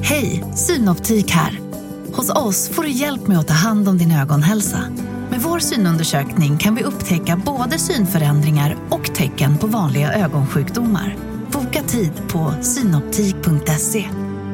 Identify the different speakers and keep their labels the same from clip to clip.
Speaker 1: Hej, Synoptik här. Hos oss får du hjälp med att ta hand om din ögonhälsa. Med vår synundersökning kan vi upptäcka både synförändringar och tecken på vanliga ögonsjukdomar. Boka tid på synoptik.se.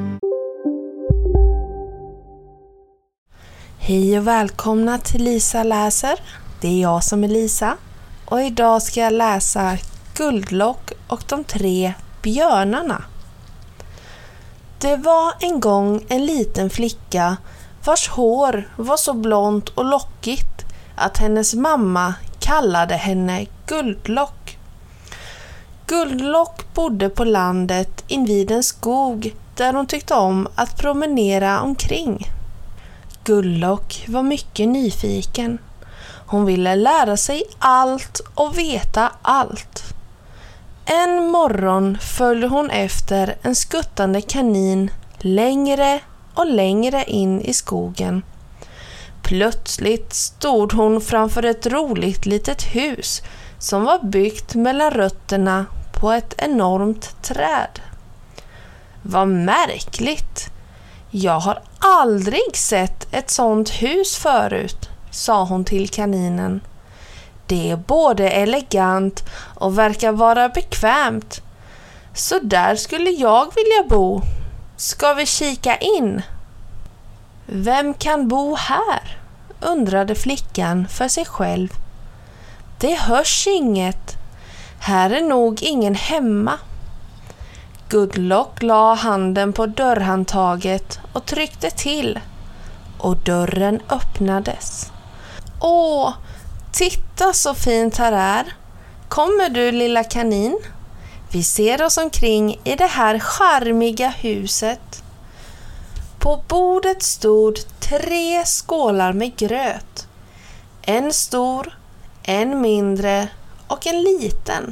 Speaker 2: Hej och välkomna till Lisa läser. Det är jag som är Lisa. Och idag ska jag läsa Guldlock och de 3 björnarna. Det var en gång en liten flicka vars hår var så blont och lockigt att hennes mamma kallade henne Guldlock. Guldlock bodde på landet invid en skog där hon tyckte om att promenera omkring. Guldlock var mycket nyfiken. Hon ville lära sig allt och veta allt. En morgon följde hon efter en skuttande kanin längre och längre in i skogen. Plötsligt stod hon framför ett roligt litet hus som var byggt mellan rötterna på ett enormt träd. Vad märkligt! Jag har aldrig sett ett sånt hus förut, sa hon till kaninen. Det är både elegant och verkar vara bekvämt. Så där skulle jag vilja bo. Ska vi kika in? Vem kan bo här? Undrade flickan för sig själv. Det hörs inget. Här är nog ingen hemma. Guldlock la handen på dörrhandtaget och tryckte till. Och dörren öppnades. Åh! Titta så fint här är. Kommer du, lilla kanin? Vi ser oss omkring i det här charmiga huset. På bordet stod 3 skålar med gröt. En stor, en mindre och en liten.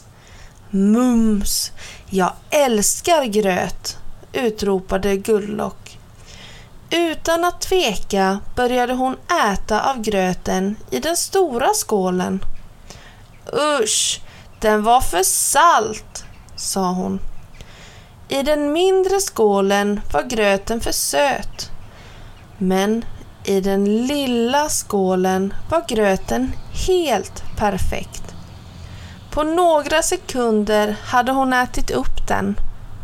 Speaker 2: Mums! Jag älskar gröt, utropade Guldlock. Utan att tveka började hon äta av gröten i den stora skålen. Usch, den var för salt, sa hon. I den mindre skålen var gröten för söt. Men i den lilla skålen var gröten helt perfekt. På några sekunder hade hon ätit upp den.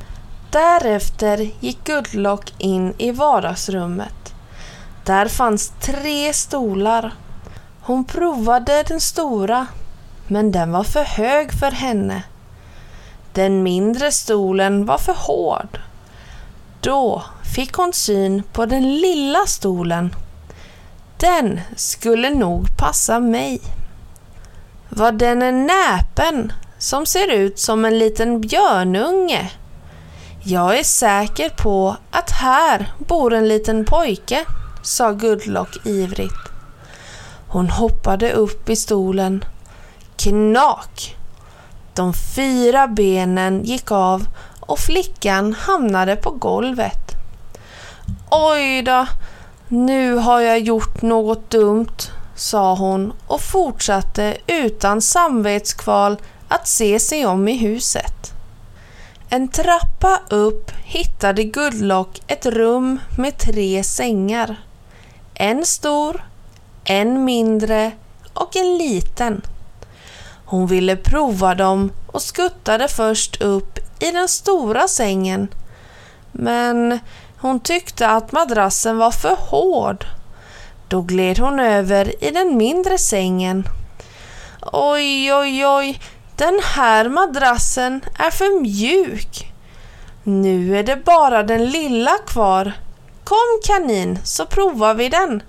Speaker 2: Därefter gick Guldlock in i vardagsrummet. Där fanns 3 stolar. Hon provade den stora, men den var för hög för henne. Den mindre stolen var för hård. Då fick hon syn på den lilla stolen. Den skulle nog passa mig. Var den en näpen som ser ut som en liten björnunge? Jag är säker på att här bor en liten pojke, sa Guldlock ivrigt. Hon hoppade upp i stolen. Knak! De 4 benen gick av och flickan hamnade på golvet. Oj då, nu har jag gjort något dumt, sa hon och fortsatte utan samvetskval att se sig om i huset. En trappa upp hittade Guldlock ett rum med 3 sängar. En stor, en mindre och en liten. Hon ville prova dem och skuttade först upp i den stora sängen. Men hon tyckte att madrassen var för hård. Då gled hon över i den mindre sängen. Oj, oj, oj. Den här madrassen är för mjuk. Nu är det bara den lilla kvar. Kom kanin, så provar vi den.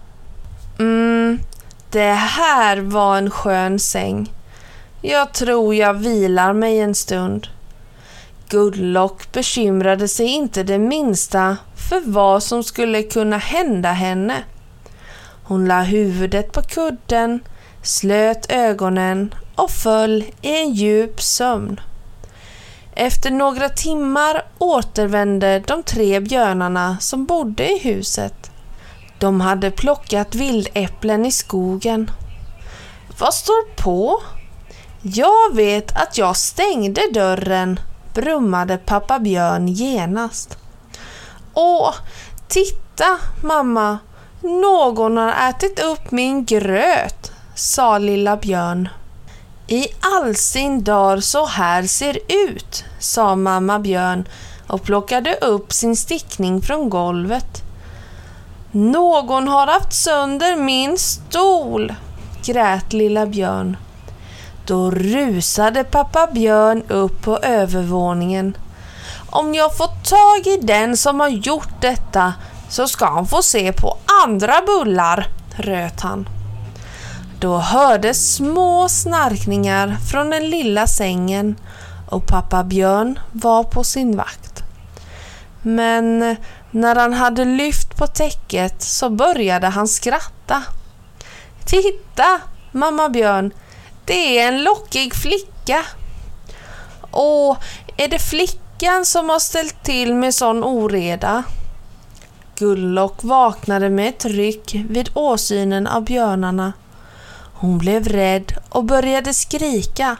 Speaker 2: Det här var en skön säng. Jag tror jag vilar mig en stund. Guldlock bekymrade sig inte det minsta för vad som skulle kunna hända henne. Hon la huvudet på kudden, slöt ögonen och föll i en djup sömn. Efter några timmar återvände de 3 björnarna som bodde i huset. De hade plockat vildäpplen i skogen. Vad står på? Jag vet att jag stängde dörren, brummade pappa björn genast. Åh, titta mamma, någon har ätit upp min gröt, sa lilla björn. I all sin dar så här ser ut, sa mamma björn och plockade upp sin stickning från golvet. Någon har haft sönder min stol, grät lilla björn. Då rusade pappa björn upp på övervåningen. Om jag får tag i den som har gjort detta så ska han få se på andra bullar, röt han. Då hördes små snarkningar från den lilla sängen och pappa björn var på sin vakt. Men när han hade lyft på täcket så började han skratta. Titta, mamma björn, det är en lockig flicka. Åh, är det flickan som har ställt till med sån oreda? Gulllock vaknade med ett ryck vid åsynen av björnarna. Hon blev rädd och började skrika.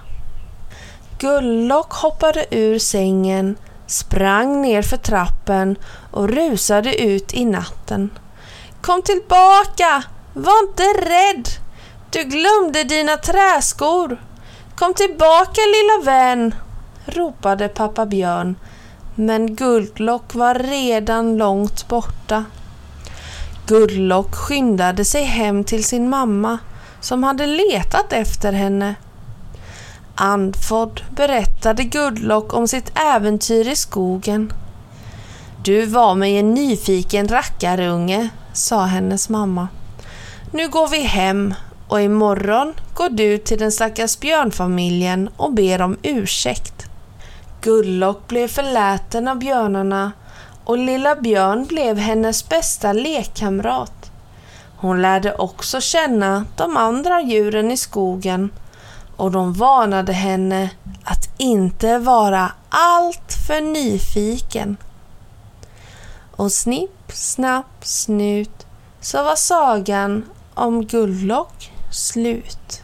Speaker 2: Gulllock hoppade ur sängen, sprang ner för trappen och rusade ut i natten. Kom tillbaka! Var inte rädd! Du glömde dina träskor. Kom tillbaka lilla vän, ropade pappa björn. Men Gulllock var redan långt borta. Gulllock skyndade sig hem till sin mamma som hade letat efter henne. Andfådd berättade Gulllock om sitt äventyr i skogen. Du var med en nyfiken rackarunge, sa hennes mamma. Nu går vi hem och imorgon går du till den stackars björnfamiljen och ber om ursäkt. Gulllock blev förläten av björnarna och lilla björn blev hennes bästa lekkamrat. Hon lärde också känna de andra djuren i skogen och de varnade henne att inte vara allt för nyfiken. Och snipp, snapp, snut så var sagan om Gulllock slut.